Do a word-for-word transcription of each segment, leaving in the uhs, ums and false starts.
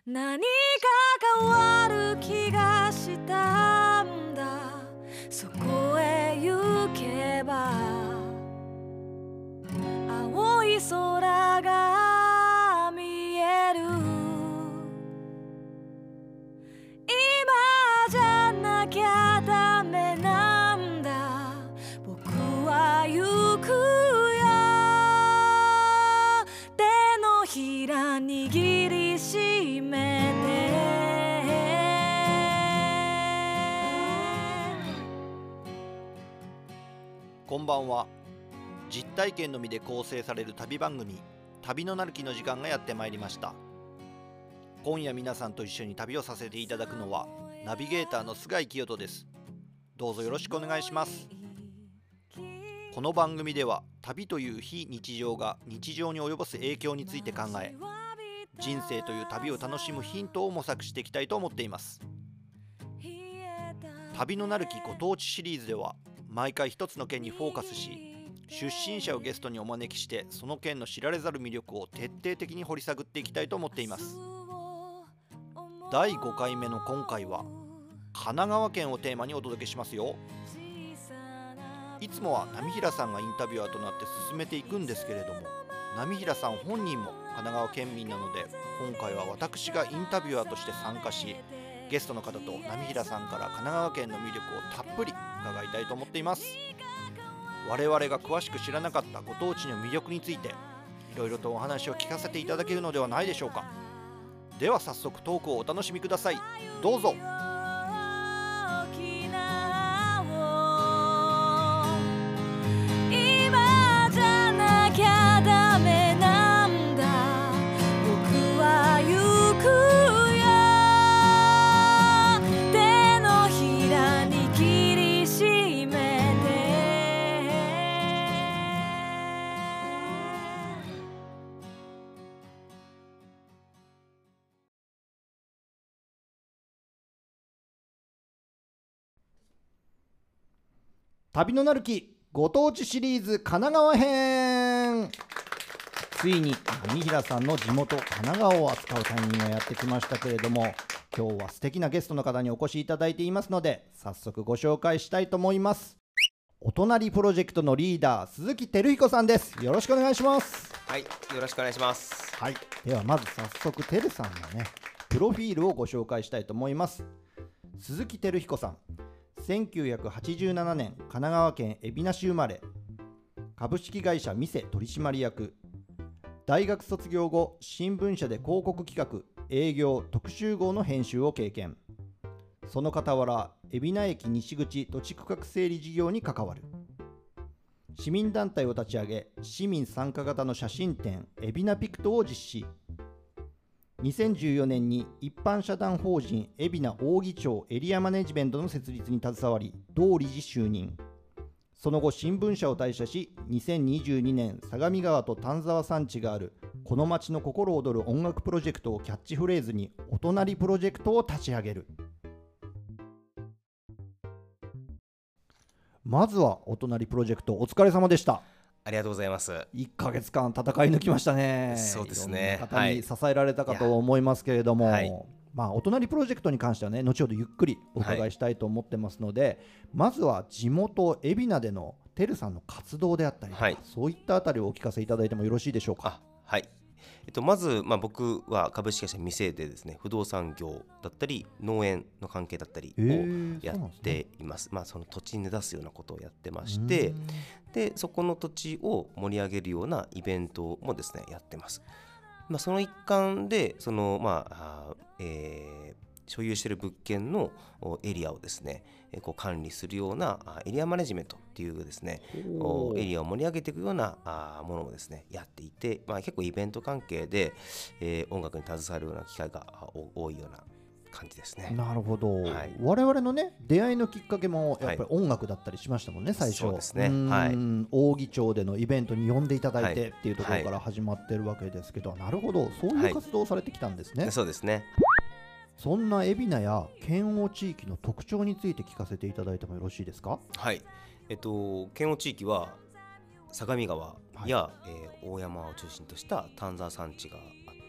何か変わる気がしたんだ。そこへ行けば青い空が見える。今じゃなきゃダメなんだ。僕は行くよ。手のひら握りしめて。 こんばんは。実体験のみで構成される旅番組、旅のなる木の時間がやってまいりました。今夜皆さんと一緒に旅をさせていただくのはナビゲーターの菅井清人です。どうぞよろしくお願いします。この番組では旅という非日常が日常に及ぼす影響について考え、人生という旅を楽しむヒントを模索していきたいと思っています。旅のなる木ご当地シリーズでは毎回一つの県にフォーカスし、出身者をゲストにお招きしてその県の知られざる魅力を徹底的に掘り下げていきたいと思っています。だいごかいめの今回は神奈川県をテーマにお届けしますよ。いつもは波平さんがインタビュアーとなって進めていくんですけれども、波平さん本人も神奈川県民なので、今回は私がインタビュアーとして参加し、ゲストの方と波平さんから神奈川県の魅力をたっぷり伺いたいと思っています。我々が詳しく知らなかったご当地の魅力についていろいろとお話を聞かせていただけるのではないでしょうか。では早速トークをお楽しみください。どうぞ。 今じゃなきゃダメなんだ。僕は行くよ。手のひら握りしめて。 旅のなる木ご当地シリーズ神奈川編。ついに波平さんの地元神奈川を扱うタイミングがやってきましたけれども、今日は素敵なゲストの方にお越しいただいていますので、早速ご紹介したいと思います。お隣プロジェクトのリーダー、鈴木照彦さんです。よろしくお願いします。 はい、よろしくお願いします。 はい、ではまず早速てるさんのねプロフィールをご紹介したいと思います。鈴木照彦さん、せんきゅうひゃくはちじゅうななねん神奈川県海老名市生まれ、株式会社店取締役。大学卒業後、新聞社で広告企画、営業、特集号の編集を経験。その傍ら海老名駅西口土地区画整理事業に関わる。市民団体を立ち上げ、市民参加型の写真展海老名ピクトを実施。にせんじゅうよねんに一般社団法人海老名扇町エリアマネジメントの設立に携わり、同理事就任。その後新聞社を退社し、にせんにじゅうにねん相模川と丹沢山地があるこの町の心躍る音楽プロジェクトをキャッチフレーズにお隣プロジェクトを立ち上げる。まずはお隣プロジェクトお疲れ様でした。 ありがとうございます。 いっかげつかん戦い抜きましたね。 そうですね。 いろんな方に支えられたかと思いますけれども、 はい、 まあ、お隣プロジェクトに関してはね、後ほどゆっくりお伺いしたいと思ってますので、はい、まずは地元海老名でのてるさんの活動であったりとか、はい、そういったあたりをお聞かせいただいてもよろしいでしょうか。 あ、はい。えっと、まず、まあ、僕は株式会社店でですね、不動産業だったり農園の関係だったりをやっています。えー、そまあ、その土地に根ざすようなことをやってまして、でそこの土地を盛り上げるようなイベントもですねやってます。まあ、その一環でその、まあえー、所有している物件のエリアをですねこう管理するようなエリアマネジメントっていうですねエリアを盛り上げていくようなものもですねやっていて、まあ、結構イベント関係で、えー、音楽に携わるような機会が多いような感じですね。 なるほど、はい、我々のね出会いのきっかけもやっぱり音楽だったりしましたもんね、はい、最初。 そうですね、はい、 扇町でのイベントに呼んでいただいてっていうところから始まってるわけですけど、はい、なるほど、そういう活動をされてきたんですね。 はい、そうですね。 そんな海老名や県央地域の特徴について聞かせていただいてもよろしいですか。 はい、えっと、県央地域は相模川や、はい、えー、大山を中心とした丹沢山地があっ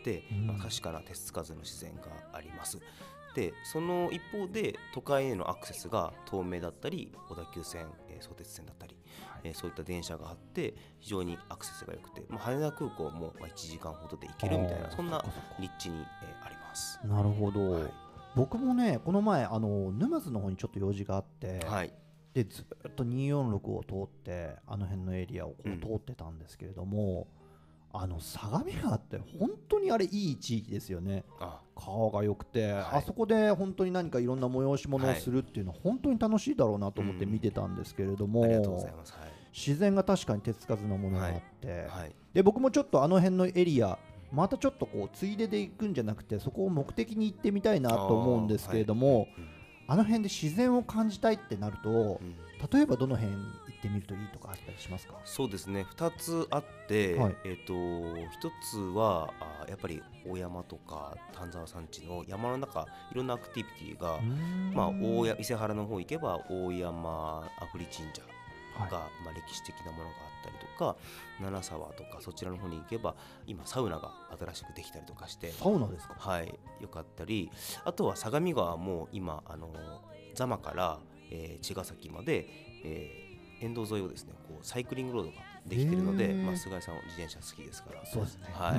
て、 うんまあ、確かな手つかずの自然があります。でその一方で都会へのアクセスが東名だったり小田急線、えー、相鉄線だったり、えー、そういった電車があって非常にアクセスが良くて、まあ、羽田空港もまあいちじかんほどで行けるみたいな、そんな立地に、えー、あります。 なるほど、 はい、 僕もねこの前あの沼津の方にちょっと用事があって、 はい、 でずっとにーよんろくを通ってあの辺のエリアをこう通ってたんですけれども、うん、あの相模川って本当にあれいい地域ですよね。 あ川が良くて、はい、あそこで本当に何かいろんな催し物をするっていうのは本当に楽しいだろうなと思って見てたんですけれども、 うん、ありがとうございます、はい、 自然が確かに手つかずのものがあって、 はいはい、 で僕もちょっとあの辺のエリアまたちょっとこうついでで行くんじゃなくてそこを目的に行ってみたいなと思うんですけれども、あ,、はいうん、あの辺で自然を感じたいってなると、うん、例えばどの辺に行ってみるといいとかあったりしますか？ そうですね、ふたつあって、はい、えー、とひとつはあやっぱり大山とか丹沢山地の山の中いろんなアクティビティが、まあ、大谷伊勢原の方行けば大山阿夫利神社が、はい、まあ、歴史的なものがあったりとか七沢とかそちらの方に行けば今サウナが新しくできたりとかしてサウナですか？ はい、よかったり、あとは相模川も今あの座間から、えー、茅ヶ崎まで、えー沿道沿いをですねこうサイクリングロードができているので、まあ、菅井さんは自転車好きですからそうですね、 はい、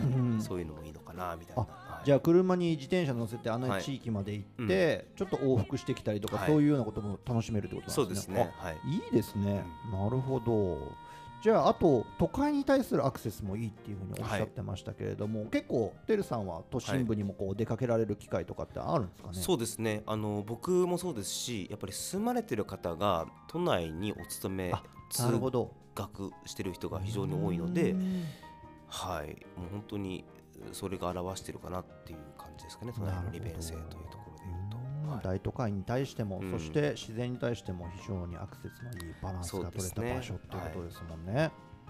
そういうのもいいのかなみたいな、 はい、じゃあ車に自転車乗せてあの地域まで行って、はい、ちょっと往復してきたりとか、はい、そういうようなことも楽しめるってことなんですね。 そうですね、はい、 いいですね、うん、なるほど。じゃああと都会に対するアクセスもいいっていうふうにおっしゃってましたけれども、はい、結構てるさんは都心部にもこう出かけられる機会とかってあるんですかね？ そうですね、あの僕もそうですしやっぱり住まれてる方が都内にお勤め通学してる人が非常に多いので、はい、もう本当にそれが表してるかなっていう感じですかね、都内の利便性というところでいうと、はい、 大都会に対しても、うん、そして自然に対しても非常にアクセスのいいバランスが取れた場所っていうことですもんね。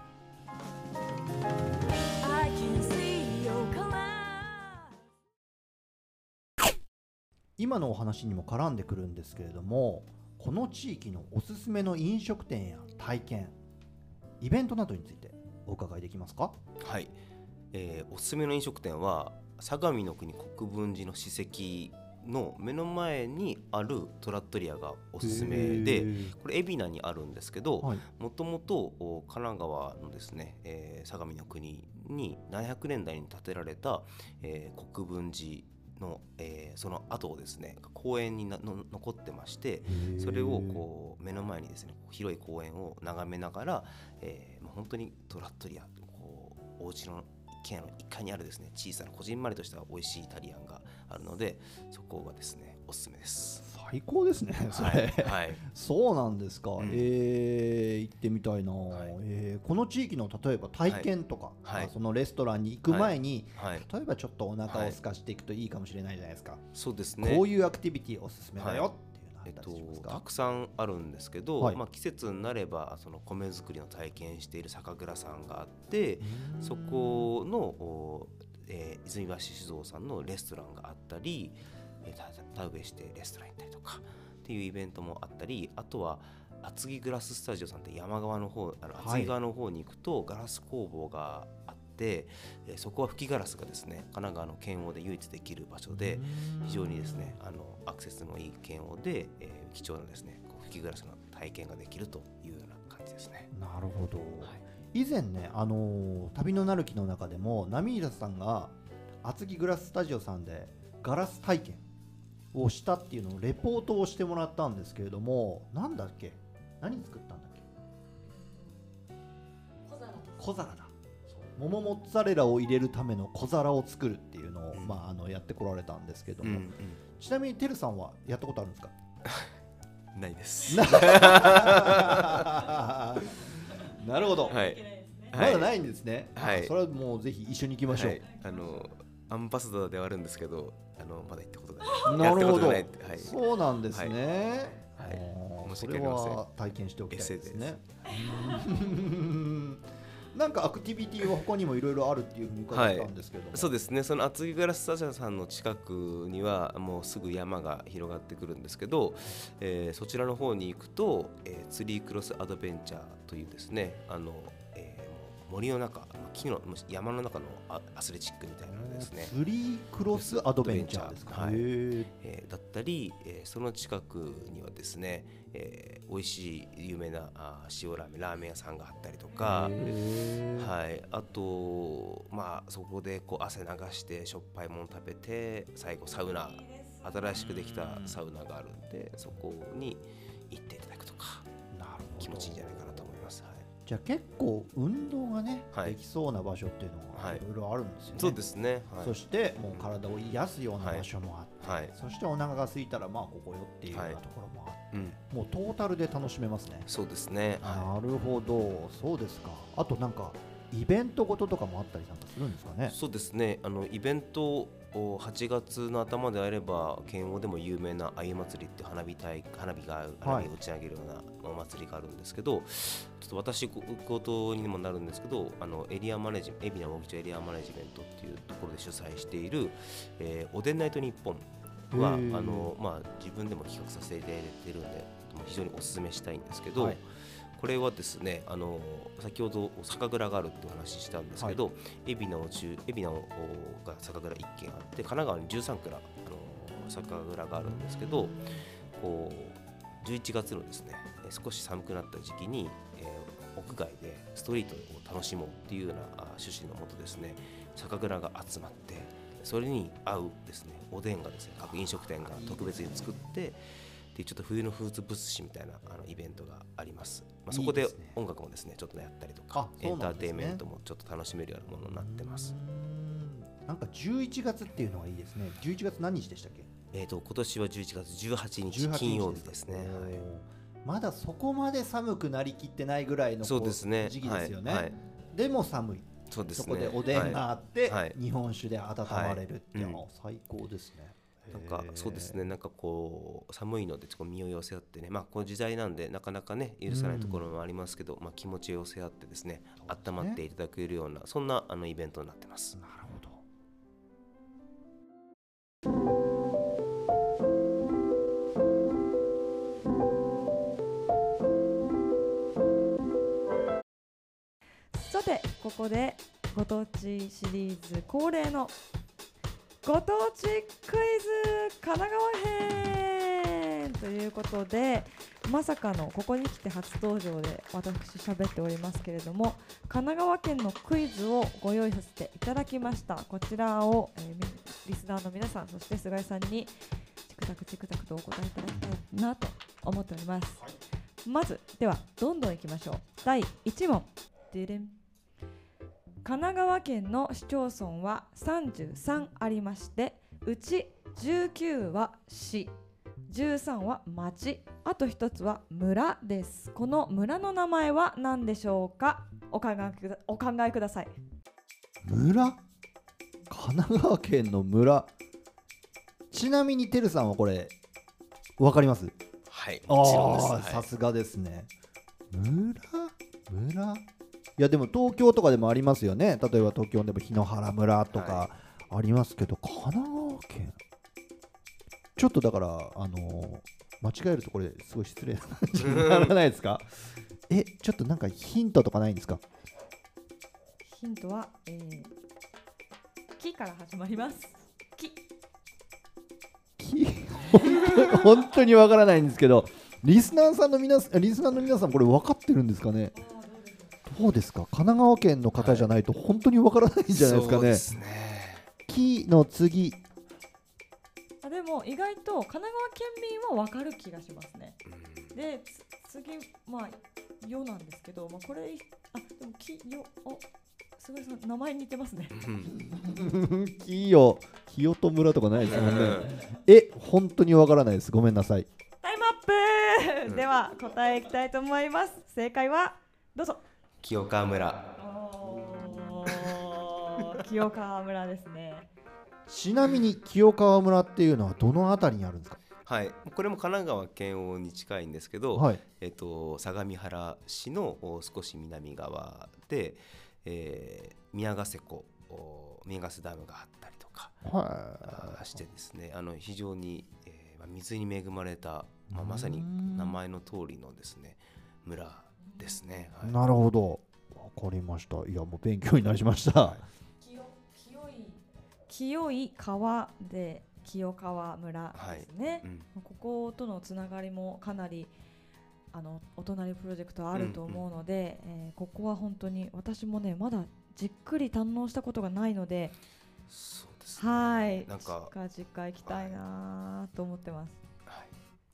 今のお話にも絡んでくるんですけれども、この地域のおすすめの飲食店や体験イベントなどについてお伺いできますか？ はい、えー、おすすめの飲食店は相模の国国分寺の史跡の目の前にあるトラットリアがおすすめで、これ海老名にあるんですけど、もともと神奈川のですね、えー、相模の国にななひゃくねんだいに建てられた、えー、国分寺の、えー、その後をですね公園になの残ってまして、それをこう目の前にですね広い公園を眺めながら、えー、本当にトラットリアこうお家の一軒家のいっかいにあるですね小さなこじんまりとした美味しいイタリアンがあるので、そこがですねおすすめです。 最高ですねそれ、はいはい、そうなんですか、うん、えー、行ってみたいな、はい、えー、この地域の例えば体験とか、はい、そのレストランに行く前に、はいはい、例えばちょっとお腹を空かしていくといいかもしれないじゃないですか、はい、 そうですね、 こういうアクティビティおすすめだよ、はい、 えっと、たくさんあるんですけど、はい、まあ、季節になればその米作りの体験している酒蔵さんがあって、そこの、えー、泉橋酒造さんのレストランがあったり、田植えしてレストラン行ったりとかっていうイベントもあったり、あとは厚木グラススタジオさんって山側の方、あの厚木側の方に行くとガラス工房があって、えー、そこは吹きガラスがですね神奈川の県央で唯一できる場所で、非常にですねあのアクセスのいい県央で、えー、貴重なですねこう吹きガラスの体験ができるというような感じですね。 なるほど、はい、以前ね、あのー、旅のなる木の中でも波平さんが厚木グラススタジオさんでガラス体験をしたっていうのをレポートをしてもらったんですけれども、なんだっけ、何作ったんだっけ、 小皿小皿だ、桃モッツァレラを入れるための小皿を作るっていうのを、うん、まあ、あのやってこられたんですけども、うんうん、ちなみにてるさんはやったことあるんですか？ ないですなるほど、はい、まだないんですね、はい、それはもうぜひ一緒に行きましょう、はい、 あのアンバサダーではあるんですけど、あのまだ行ったことないなるほど、 はい、 そうなんですね、はい、 はい、 それは体験しておきたいですね。なんかアクティビティは他にもいろいろあるっていうふうに伺ったんですけども、 はい、そうですね、その厚木ガラススタジオさんの近くにはもうすぐ山が広がってくるんですけど、えー、そちらの方に行くと、えー、ツリークロスアドベンチャーというですね、あの、えー、 森の中、木の山の中のアスレチックみたいなのですね。 ツリークロスアドベンチャーですか。 はい、 へーえー、だったり、えー、その近くにはですね、えー、美味しい有名なあ塩ラーメンラーメン屋さんがあったりとか、はい、あと、まあ、そこでこう汗流してしょっぱいもの食べて最後サウナ、新しくできたサウナがあるんでそこに行っていただくとか、 なるほど、 気持ちいいんじゃないかなと思います。はい、 じゃあ結構運動がね、 はい、 できそうな場所っていうのがはいいろいろあるんですよね。 そうですね、はい、 そしてもう体を癒すような場所もあって、 はいはい、 そしてお腹が空いたらまあここよっていうようなところもあって、 はい、うん、 もうトータルで楽しめますね。 そうですね、 なるほど、そうですか。あとなんかイベントごととかもあったりなんかするんですかね。 そうですね、あのイベントをはちがつの頭であれば県央でも有名なあゆ祭りって花火大花火が花火を打ち上げるようなお祭りがあるんですけど、はい、ちょっと私事にもなるんですけど、あのエリアマネジ海老名茂木町エリアマネジメントっていうところで主催している、えー、おでんナイトニッポンはあの、まあ、自分でも企画させていただいているので非常にお勧めしたいんですけど、はい、これはですね、あの先ほど酒蔵があるってお話ししたんですけど、はい、海老名中海老名が酒蔵いっけんあって神奈川にじゅうさんくらあの酒蔵があるんですけど、こうじゅういちがつのですね少し寒くなった時期に、えー、屋外でストリートを楽しもうっていうような趣旨のもとですね酒蔵が集まって、それに合うですねおでんがですね各飲食店が特別に作ってでちょっと冬の風物詩みたいなあのイベントがあります。まあ、そこで音楽もですねちょっとやったりとか、エンターテインメントもちょっと楽しめるようなものになってます。 なんかじゅういちがつっていうのがいいですね。じゅういちがつ何日でしたっけ？ えーと今年はじゅういちがつじゅうはちにち金曜日ですね。はい、 まだそこまで寒くなりきってないぐらいのそうですね時期ですよね。はいはい、でも寒い。 そうですね、 そこでおでんがあって、 はい、 日本酒で温まれるっていうのは、はい、最高ですね。 なんかそうですね、なんかこう寒いのでちょっと身を寄せ合ってね、まあこの時代なんでなかなかね許さないところもありますけど、うん、まあ気持ちを寄せ合ってですね、温まっていただけるようなそんなあのイベントになってます。 なるほど。 さてここでご当地シリーズ恒例のご当地クイズ神奈川編ということで、まさかのここに来て初登場で私喋っておりますけれども、神奈川県のクイズをご用意させていただきました。こちらを、えー、リスナーの皆さんそして菅井さんにチクタクチクタクとお答えいただきたいなと思っております。はい、まずではどんどんいきましょう。だいいち問。ででん。神奈川県の市町村はさんじゅうさんありまして、うちじゅうきゅうは市、じゅうさんは町、あとひとつは村です。この村の名前は何でしょうか？お考えくだ、お考えください。 村？神奈川県の村。ちなみにてるさんはこれわかります？ はい、もちろんです。はい、 さすがですね。村？村？いやでも東京とかでもありますよね。例えば東京でも檜原村とかありますけど、はい、神奈川県ちょっとだからあのー、間違えるとこれすごい失礼な感じにならないですか？え、ちょっとなんかヒントとかないんですか？ ヒントは、えー、木から始まります。木木本当にわからないんですけど、リスナーさんの皆さんリスナーの皆さんこれ分かってるんですかね？どうですか？神奈川県の方じゃないと本当にわからないんじゃないですかね。そうですね。木の次。 あ、でも意外と神奈川県民はわかる気がしますね。うん、で次まあよなんですけど、まあこれあでも木よお菅井さん名前似てますね。 木よ清戸村とかないですもんね。え、本当にわからないです。ごめんなさい。 タイムアップ、うん、では答えいきたいと思います。正解はどうぞ。 清川村。 清川村ですね。 ちなみに清川村っていうのはどのあたりにあるんですか？ はい、これも神奈川県央に近いんですけど、はい、えっと、相模原市の少し南側で、えー、宮ヶ瀬湖、宮ヶ瀬ダムがあったりとか、はい、してですね、あの非常に、えー、水に恵まれた、まあ、まさに名前の通りのですね村ですね。はい、 なるほど。 わかりました。いやもう勉強になりました。 清い清い川で清川村ですね、はい、うん、こことのつながりもかなりあのお隣プロジェクトあると思うので、うんうん、えー、ここは本当に私もねまだじっくり堪能したことがないので、 そうですね、 はい、 なんか近々行きたいなと思ってます。 はい、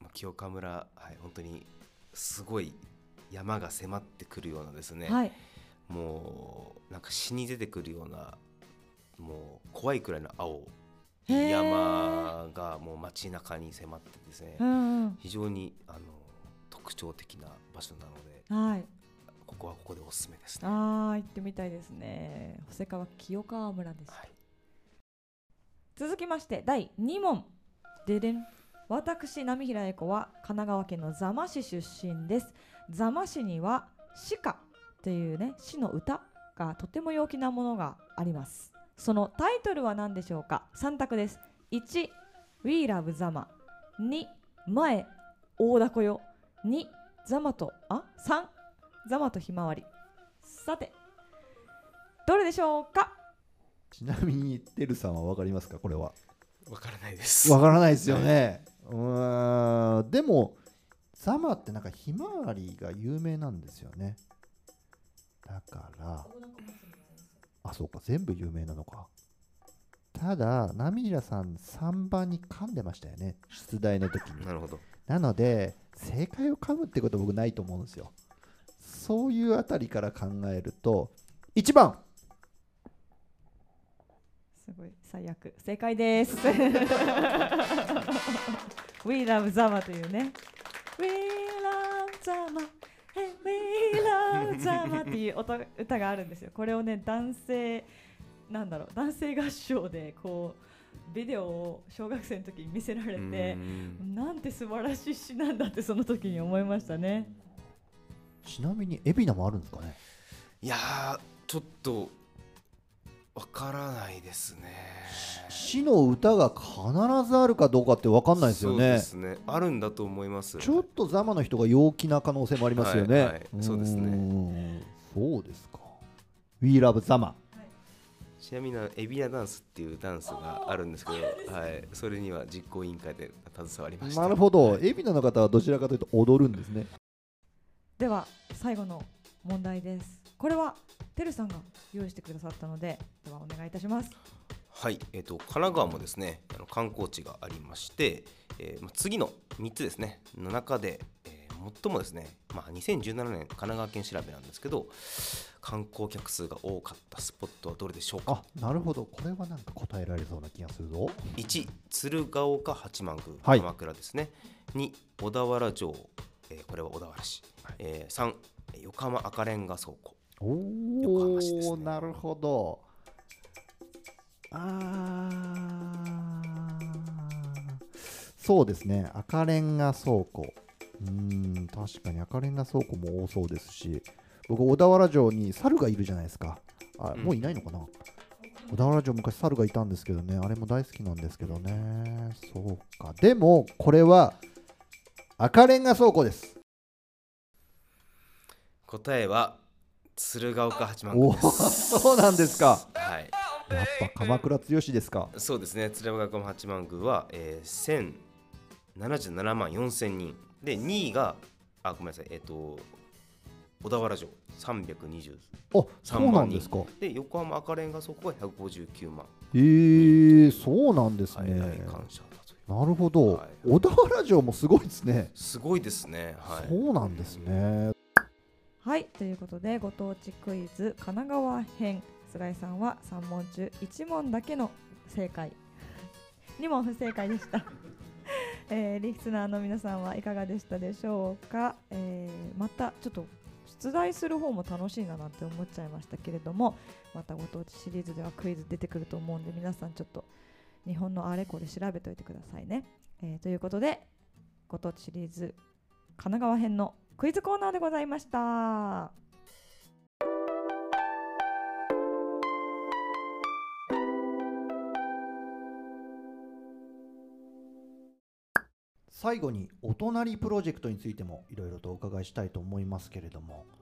清川村、はい、本当にすごい山が迫ってくるようなですね、はい、もうなんか詩に出てくるようなもう怖いくらいの青い山がもう街中に迫ってですね、うんうん、非常にあの特徴的な場所なので、はい、ここはここでおすすめですね。 あー、行ってみたいですね。保瀬川清川村です、はい、続きましてだいに問ででん。私波平英子は神奈川県の座間市出身です。座間市には詩歌というね詩の歌がとても陽気なものがあります。そのタイトルは何でしょうか。さん択です。いち We Love 座間、に前大凧よ、に座間とあさん座間とひまわり。さてどれでしょうか。 ちなみにてるさんは分かりますか。これは分からないです。 分からないですよね。うーん、でも座間ってなんかひまわりが有名なんですよね。だからあ、そうか、全部有名なのか。ただ波平さんさんばんに噛んでましたよね、出題の時に。 なるほど。 なので正解を噛むってことは僕ないと思うんですよ。そういうあたりから考えるといちばん。 すごい最悪、正解です。We love 座間というね We love 座間 We love 座間っていう歌があるんですよ。これをね男性なんだろう男性合唱でこうビデオを小学生の時に見せられて、なんて素晴らしい詩なんだってその時に思いましたね。 ちなみに海老名もあるんですかね。 いやーちょっとわからないですね。 詩の歌が必ずあるかどうかってわかんないですよね。 そうですね、あるんだと思います。 ちょっと座間の人が陽気な可能性もありますよね。 はいはい、そうですね。 そうですか。 We love 座間。 ちなみにエビナダンスっていうダンスがあるんですけど、はい、それには実行委員会で携わりました。 なるほど、海老名の方はどちらかというと踊るんですね。 では最後の問題です。これはてるさんが用意してくださったので、ではお願いいたします。 はい、えーと、神奈川もですねあの観光地がありまして、えー、次のみっつですねの中で、えー、最もですね、まあ、にせんじゅうななねん神奈川県調べなんですけど観光客数が多かったスポットはどれでしょうか。 あ、なるほど、これはなんか答えられそうな気がするぞ。 いち鶴岡八幡宮、 はい、 鎌倉ですね。に小田原城、えー、これは小田原市、はい、えー、さん横浜赤レンガ倉庫、 お横浜市ですね。なるほど。あそうですね、赤レンガ倉庫、うーん確かに赤レンガ倉庫も多そうですし、僕小田原城に猿がいるじゃないですか。あ、もういないのかな、うん、小田原城昔猿がいたんですけどね、あれも大好きなんですけどね。そうか、でもこれは赤レンガ倉庫です。 答えは鶴岡八幡宮です。 そうなんですか。 はい、 やっぱ鎌倉強しですか。 そうですね、鶴岡八幡宮は、えー、せんななじゅうななまんよんせんにんで、にいがあごめんなさい、えっ、ー、と小田原城さんびゃくにじゅうさんまんにんで、横浜赤レンガ倉庫がひゃくごじゅうきゅうまん。 えー、そうなんですね。 感謝だという。 なるほど、はい、小田原城もすごいですね。 すごいですね、はい、 そうなんですね。 はい、ということでご当地クイズ神奈川編、菅井さんはさん問中いち問だけの正解、に問不正解でした、えー、リスナーの皆さんはいかがでしたでしょうか。えー、またちょっと出題する方も楽しいななんて思っちゃいましたけれども、またご当地シリーズではクイズ出てくると思うんで、皆さんちょっと日本のあれこれ調べておいてくださいね。えー、ということでご当地シリーズ神奈川編のクイズコーナーでございました。 最後にお隣プロジェクトについてもいろいろとお伺いしたいと思いますけれども、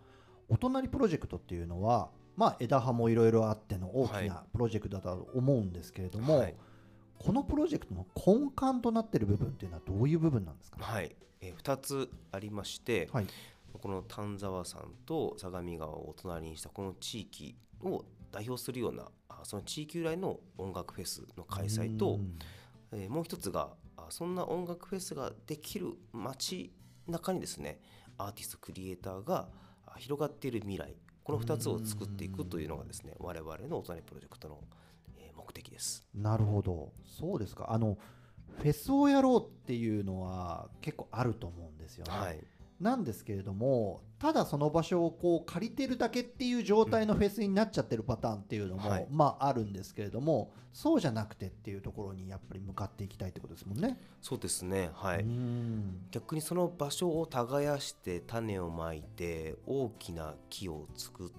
お隣プロジェクトっていうのは、まあ、枝葉もいろいろあっての大きはいなプロジェクトだと思うんですけれども、 はいこのプロジェクトの根幹となっている部分っていうのはどういう部分なんですかね。 はいえー、ふたつありまして、 はい、 この丹沢山と相模川をお隣にしたこの地域を代表するようなあその地域由来の音楽フェスの開催と、えー、もう一つがあそんな音楽フェスができる街中にですねアーティストクリエイターが広がっている未来、このふたつを作っていくというのがですね我々のお隣プロジェクトの目的です。 なるほど、そうですか。あのフェスをやろうっていうのは結構あると思うんですよね、 はい、 なんですけれども、ただその場所をこう借りてるだけっていう状態のフェスになっちゃってるパターンっていうのも、 はいまああるんですけれども、そうじゃなくてっていうところにやっぱり向かっていきたいってことですもんね。 そうですね、はい、 うーん逆にその場所を耕して種をまいて大きな木を作って、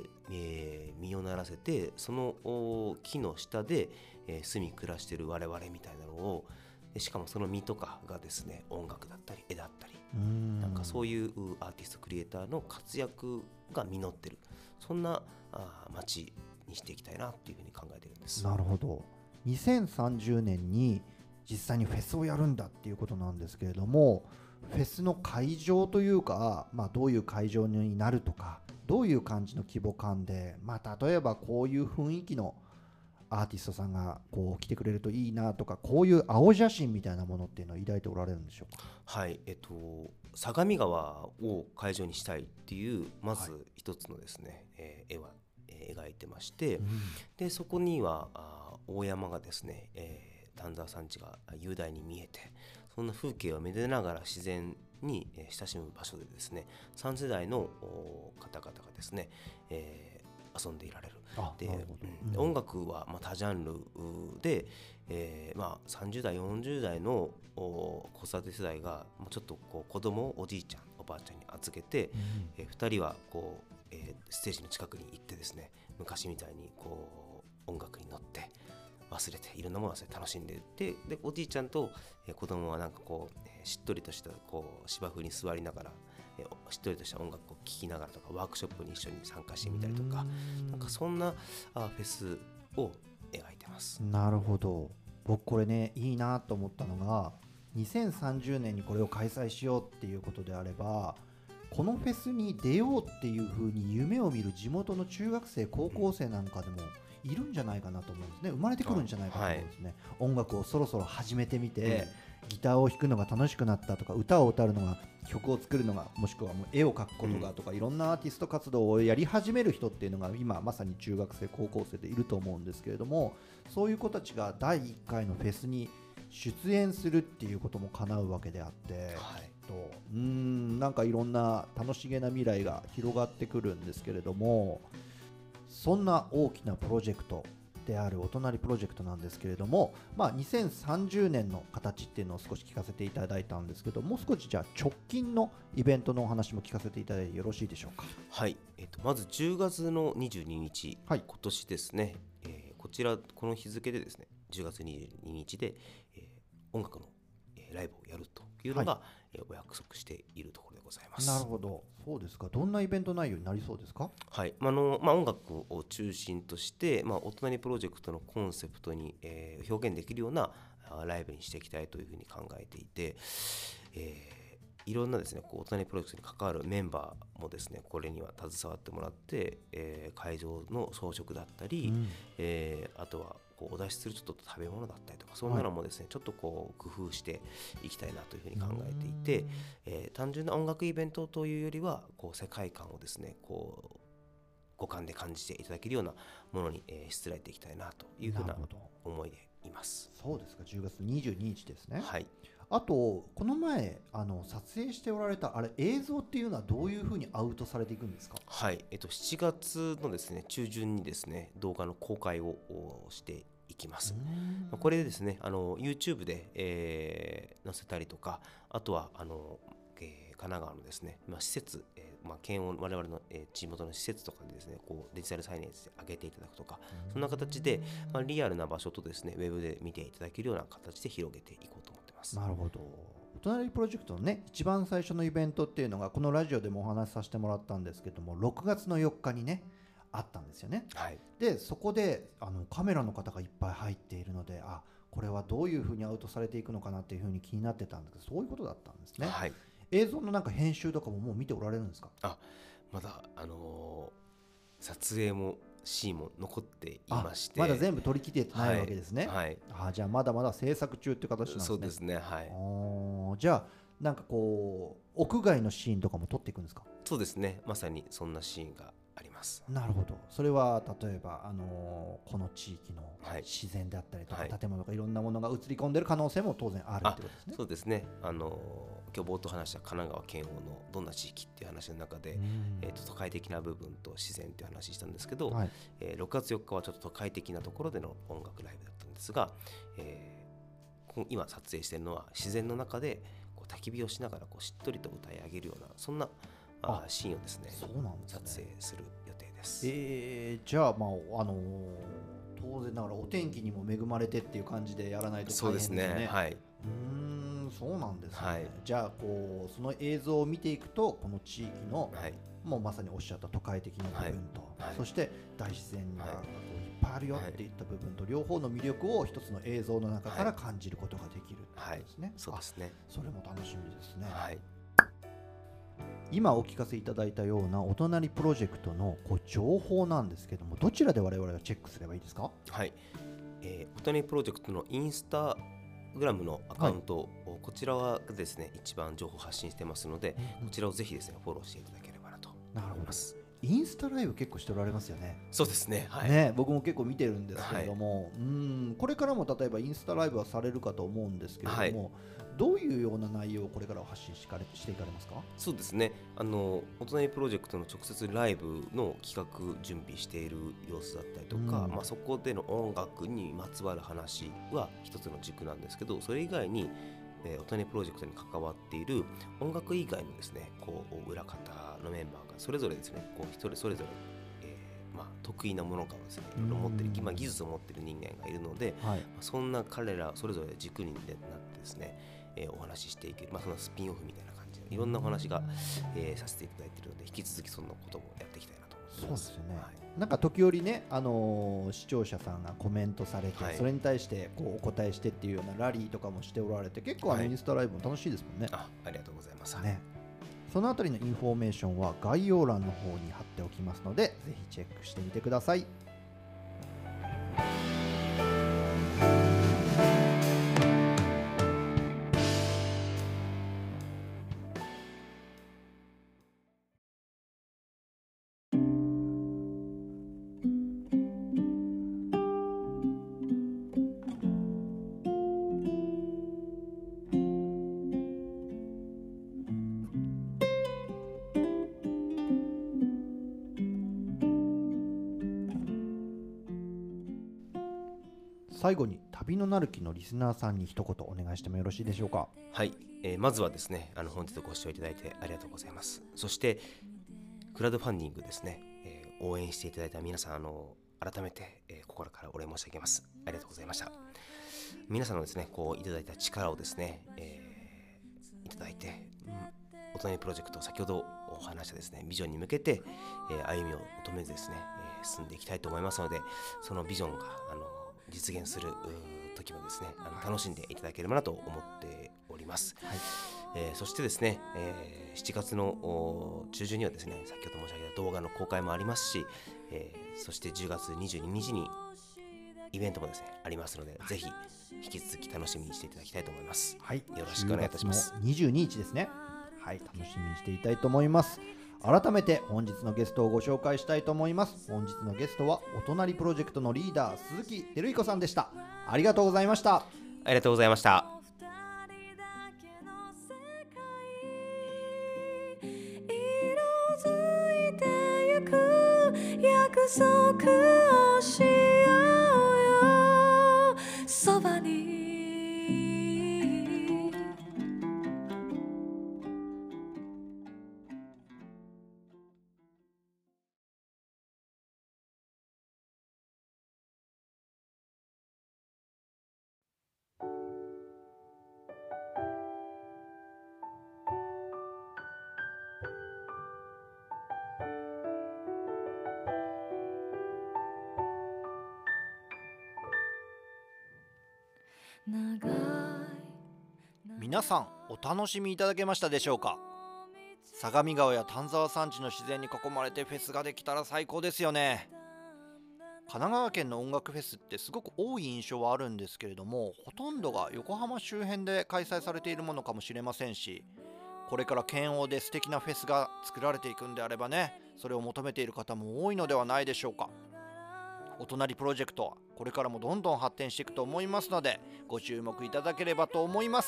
えー、実をならせてそのお木の下で、えー、住み暮らしている我々みたいなのを、でしかもその実とかがですね音楽だったり絵だったり、 うーんなんかそういうアーティストクリエイターの活躍が実ってる、そんなあ街にしていきたいなというふうに考えているんです。 なるほど。にせんさんじゅうねんに実際にフェスをやるんだっていうことなんですけれども、フェスの会場というか、まあ、どういう会場になるとか、どういう感じの規模感で、まあ、例えばこういう雰囲気のアーティストさんがこう来てくれるといいなとか、こういう青写真みたいなものっていうのを抱いておられるんでしょうか。 はいえっと、相模川を会場にしたいっていうまず一つのですね、はいえー、絵は、えー、描いてまして、うん、でそこにはあ大山がですね、えー、丹沢山地が雄大に見えて、そんな風景をめでながら自然に親しむ場所でですねさん世代の方々がですね、えー、遊んでいられる。で、うん、音楽はまあ多ジャンルで、えーまあ、さんじゅう代よんじゅう代の子育て世代がちょっとこう子供をおじいちゃんおばあちゃんに預けて、うんえー、ふたりはこう、えー、ステージの近くに行ってですね昔みたいにこう音楽に乗って忘れていろんなものを忘れて楽しんでいって、でおじいちゃんと、えー、子供はなんかこう、えー、しっとりとしたこう芝生に座りながらしっとりとした音楽を聴きながらとかワークショップに一緒に参加してみたりとか、なんかそんなあフェスを描いてます。 なるほど。僕これねいいなと思ったのが、にせんさんじゅうねんにこれを開催しようっていうことであれば、このフェスに出ようっていう風に夢を見る地元の中学生高校生なんかでもいるんじゃないかなと思うんですね。生まれてくるんじゃないかと思うんですね、はい、音楽をそろそろ始めてみて、うんギターを弾くのが楽しくなったとか、歌を歌うのが、曲を作るのが、もしくはもう絵を描くことがとか、うん、いろんなアーティスト活動をやり始める人っていうのが今まさに中学生高校生でいると思うんですけれども、そういう子たちがだいいっかいのフェスに出演するっていうことも叶うわけであって、はい、とうーんなんかいろんな楽しげな未来が広がってくるんですけれども、そんな大きなプロジェクトであるお隣プロジェクトなんですけれども、まあ、にせんさんじゅうねんの形っていうのを少し聞かせていただいたんですけど、もう少しじゃあ直近のイベントのお話も聞かせていただいてよろしいでしょうか。 はい、えー、とまずじゅうがつのにじゅうににち、はい、今年ですね、えー、こちらこの日付でですねじゅうがつにじゅうににちで、えー、音楽の、えー、ライブをやるというのが、はいえー、お約束しているところでございます。 なるほど、そうですか。どんなイベント内容になりそうですか。 はい、あのまあ、音楽を中心として、まあ、お隣プロジェクトのコンセプトに、えー、表現できるようなライブにしていきたいというふうに考えていて、えー、いろんなですねこうお隣プロジェクトに関わるメンバーもですねこれには携わってもらって、えー、会場の装飾だったり、うんえー、あとはこうお出しするちょっと食べ物だったりとか、そんなのもですね、はい、ちょっとこう工夫していきたいなというふうに考えていて、えー、単純な音楽イベントというよりはこう世界観をですねこう五感で感じていただけるようなものに、えー、しつらえていきたいなというふうな思いでいます。 そうですか。じゅうがつにじゅうににちですね。 はい。 あとこの前あの撮影しておられたあれ映像っていうのはどういうふうにアウトされていくんですか。 はい、えっと、しちがつのですね中旬にですね動画の公開をしていきます。これでですねあの YouTube で、えー、載せたりとか、あとはあの、えー、神奈川のですね、まあ、施設、えーまあ、県を我々の、えー、地元の施設とかでですねこうデジタルサイネージで上げていただくとか、そんな形で、まあ、リアルな場所とですねウェブで見ていただけるような形で広げていこうと思ってます。 なるほど。 お隣プロジェクトのね一番最初のイベントっていうのがこのラジオでもお話しさせてもらったんですけども、ろくがつのよっかにねあったんですよね。 はい、 でそこであのカメラの方がいっぱい入っているので、あこれはどういうふうにアウトされていくのかなっていうふうに気になってたんですけど、そういうことだったんですね。 はい、 映像のなんか編集とかももう見ておられるんですか？ あまだ、あのー撮影もシーンも残っていまして、 まだ全部撮り切ってないわけですね。 はい、 あじゃあまだまだ制作中っていう形なんですね。 そうですね、はい、 あじゃあなんかこう屋外のシーンとかも撮っていくんですか？ そうですね、まさにそんなシーンがあります。 なるほど。それは例えば、あのーこの地域のはい自然であったりとか、 はい建物とかいろんなものが映り込んでる可能性も当然あるってことですね。 そうですね、あのー今日冒頭話した神奈川県央のどんな地域っていう話の中で、 うんえー、と都会的な部分と自然っていう話したんですけど、 はいえーろくがつよっかはちょっと都会的なところでの音楽ライブだったんですが、えーこ今撮影しているのは自然の中でこう焚き火をしながらこうしっとりと歌い上げるようなそんなああシーンをですねそうなんですね。 撮影する予定です。 えー、じゃあまああのー当然ながらお天気にも恵まれてっていう感じでやらないとそうで大変ですすね。 ね、はい、 うーんそうなんですね。 はいじゃあこうその映像を見ていくとこの地域の、 はい、 もうまさにおっしゃった都会的な部分と、 はいはいそして大自然がはいこういっぱいあるよっていった部分と、両方の魅力を一つの映像の中から感じることができるってことですね。 そうですね、 あそれも楽しみですね。 はい、 今お聞かせいただいたようなお隣プロジェクトのこう情報なんですけども、どちらで我々がチェックすればいいですか？ はいえー、おとなりプロジェクトのインスタグラムのアカウント、はい、こちらはですね一番情報発信してますので、うん、こちらをぜひですねフォローしていただければなと思います。 インスタライブ結構しておられますよね。 そうですね、はい、 ね僕も結構見てるんですけれども、はい、うんこれからも例えばインスタライブはされるかと思うんですけれども、はい、どういうような内容をこれから発信しかれしていかれますか？ そうですね、あのおとなりプロジェクトの直接ライブの企画準備している様子だったりとか、うんまあ、そこでの音楽にまつわる話は一つの軸なんですけど、それ以外にえー、おとなりプロジェクトに関わっている音楽以外のですねこう裏方のメンバーがそれぞれですねこう一人それぞれ、えーまあ、得意なものがですねいろいろ持ってる、まあ、技術を持っている人間がいるので、はいまあ、そんな彼らそれぞれ軸になってですね、えー、お話ししていける、まあ、そのスピンオフみたいな感じでいろんなお話が、えー、させていただいているので、引き続きそんなこともやっていきたいなと思います。 そうですよね、 はい、 なんか時折ね、あのー視聴者さんがコメントされて、 はい、 それに対してこうお答えしてっていうようなラリーとかもしておられて、結構あのインスタライブも楽しいですもんね。 はい、あ, ありがとうございます、 ね、そのあたりのインフォメーションは概要欄の方に貼っておきますので、ぜひチェックしてみてください。最後に旅のなる木のリスナーさんに一言お願いしてもよろしいでしょうか？ はい、えー、まずはですねあの本日ご視聴いただいてありがとうございます。そしてクラウドファンディングですね、えー、応援していただいた皆さん、あの改めて、えー、心からお礼申し上げます。ありがとうございました。皆さんのですねこういただいた力をですね、えー、いただいて、うん、おとなりプロジェクト先ほどお話したですねビジョンに向けて、えー、歩みを求めずですね、えー、進んでいきたいと思いますので、そのビジョンがあの実現する時もですねあの楽しんでいただければなと思っております。はいえー、そしてですね、えー、しちがつの中旬にはですね先ほど申し上げた動画の公開もありますし、えー、そしてじゅうがつにじゅうににちにイベントもですねありますので、はい、ぜひ引き続き楽しみにしていただきたいと思います。はい、よろしくお願いいたします。 じゅうがつのにじゅうににちですね。はい、楽しみにしていたいと思います。改めて本日のゲストをご紹介したいと思います。本日のゲストはおとなりプロジェクトのリーダー鈴木照彦さんでした。ありがとうございました。 ありがとうございました。色づいてゆく約束をしようよそばに皆さんお楽しみいただけましたでしょうか。相模川や丹沢山地の自然に囲まれてフェスができたら最高ですよね。神奈川県の音楽フェスってすごく多い印象はあるんですけれども、ほとんどが横浜周辺で開催されているものかもしれませんし、これから県央で素敵なフェスが作られていくんであればね、それを求めている方も多いのではないでしょうか。お隣プロジェクトはこれからもどんどん発展していくと思いますので、ご注目いただければと思います。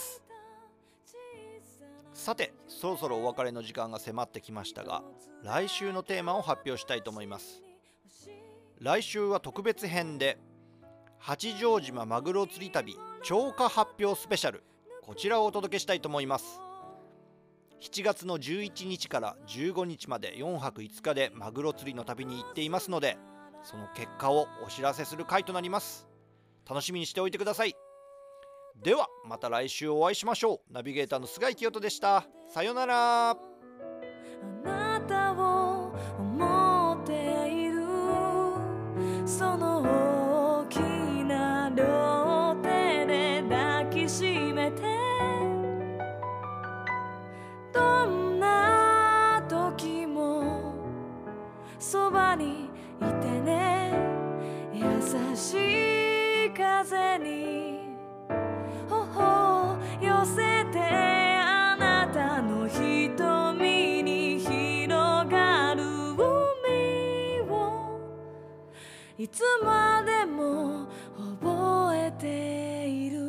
さて、そろそろお別れの時間が迫ってきましたが、来週のテーマを発表したいと思います。来週は特別編で八丈島マグロ釣り旅超過発表スペシャル、こちらをお届けしたいと思います。しちがつのじゅういちにちからじゅうごにちまでよんはくいつかでマグロ釣りの旅に行っていますので、その結果をお知らせする回となります。楽しみにしておいてください。ではまた来週お会いしましょう。ナビゲーターの菅井清人でした。さよなら。 あなたを思っているその大きな両手で抱きしめて、どんな時もそばにいてね。優しい風に頬を寄せて、あなたの瞳に広がる海をいつまでも覚えている。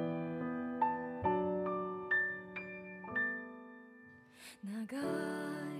長い